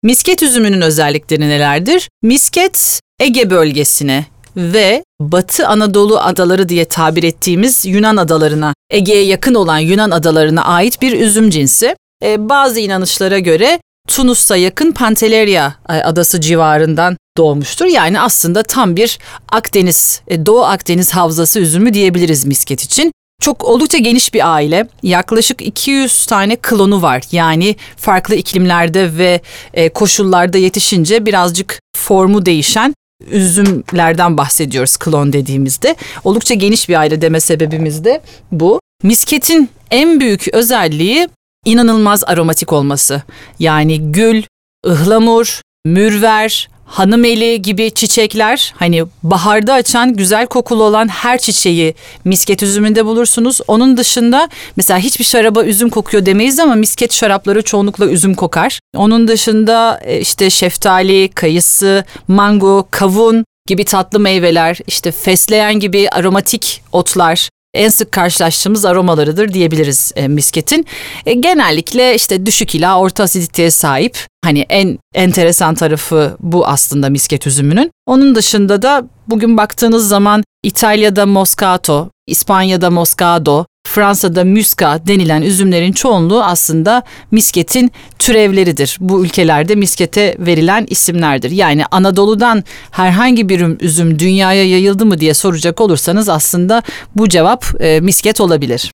Misket üzümünün özellikleri nelerdir? Misket Ege bölgesine ve Batı Anadolu adaları diye tabir ettiğimiz Yunan adalarına, Ege'ye yakın olan Yunan adalarına ait bir üzüm cinsi. Bazı inanışlara göre Tunus'a yakın Pantelleria adası civarından doğmuştur. Yani aslında tam bir Akdeniz, Doğu Akdeniz havzası üzümü diyebiliriz misket için. Çok oldukça geniş bir aile. Yaklaşık 200 tane klonu var. Yani farklı iklimlerde ve koşullarda yetişince birazcık formu değişen üzümlerden bahsediyoruz klon dediğimizde. Oldukça geniş bir aile deme sebebimiz de bu. Misketin en büyük özelliği inanılmaz aromatik olması. Yani gül, ıhlamur, mürver, hanımeli gibi çiçekler, hani baharda açan güzel kokulu olan her çiçeği misket üzümünde bulursunuz. Onun dışında mesela hiçbir şaraba üzüm kokuyor demeyiz ama misket şarapları çoğunlukla üzüm kokar. Onun dışında işte şeftali, kayısı, mango, kavun gibi tatlı meyveler, işte fesleğen gibi aromatik otlar en sık karşılaştığımız aromalarıdır diyebiliriz misketin. Genellikle işte düşük ila orta asiditeye sahip. Hani en enteresan tarafı bu aslında misket üzümünün. Onun dışında da bugün baktığınız zaman İtalya'da Moscato, İspanya'da Moscado, Fransa'da Muscat denilen üzümlerin çoğunluğu aslında misketin türevleridir. Bu ülkelerde miskete verilen isimlerdir. Yani Anadolu'dan herhangi bir üzüm dünyaya yayıldı mı diye soracak olursanız aslında bu cevap misket olabilir.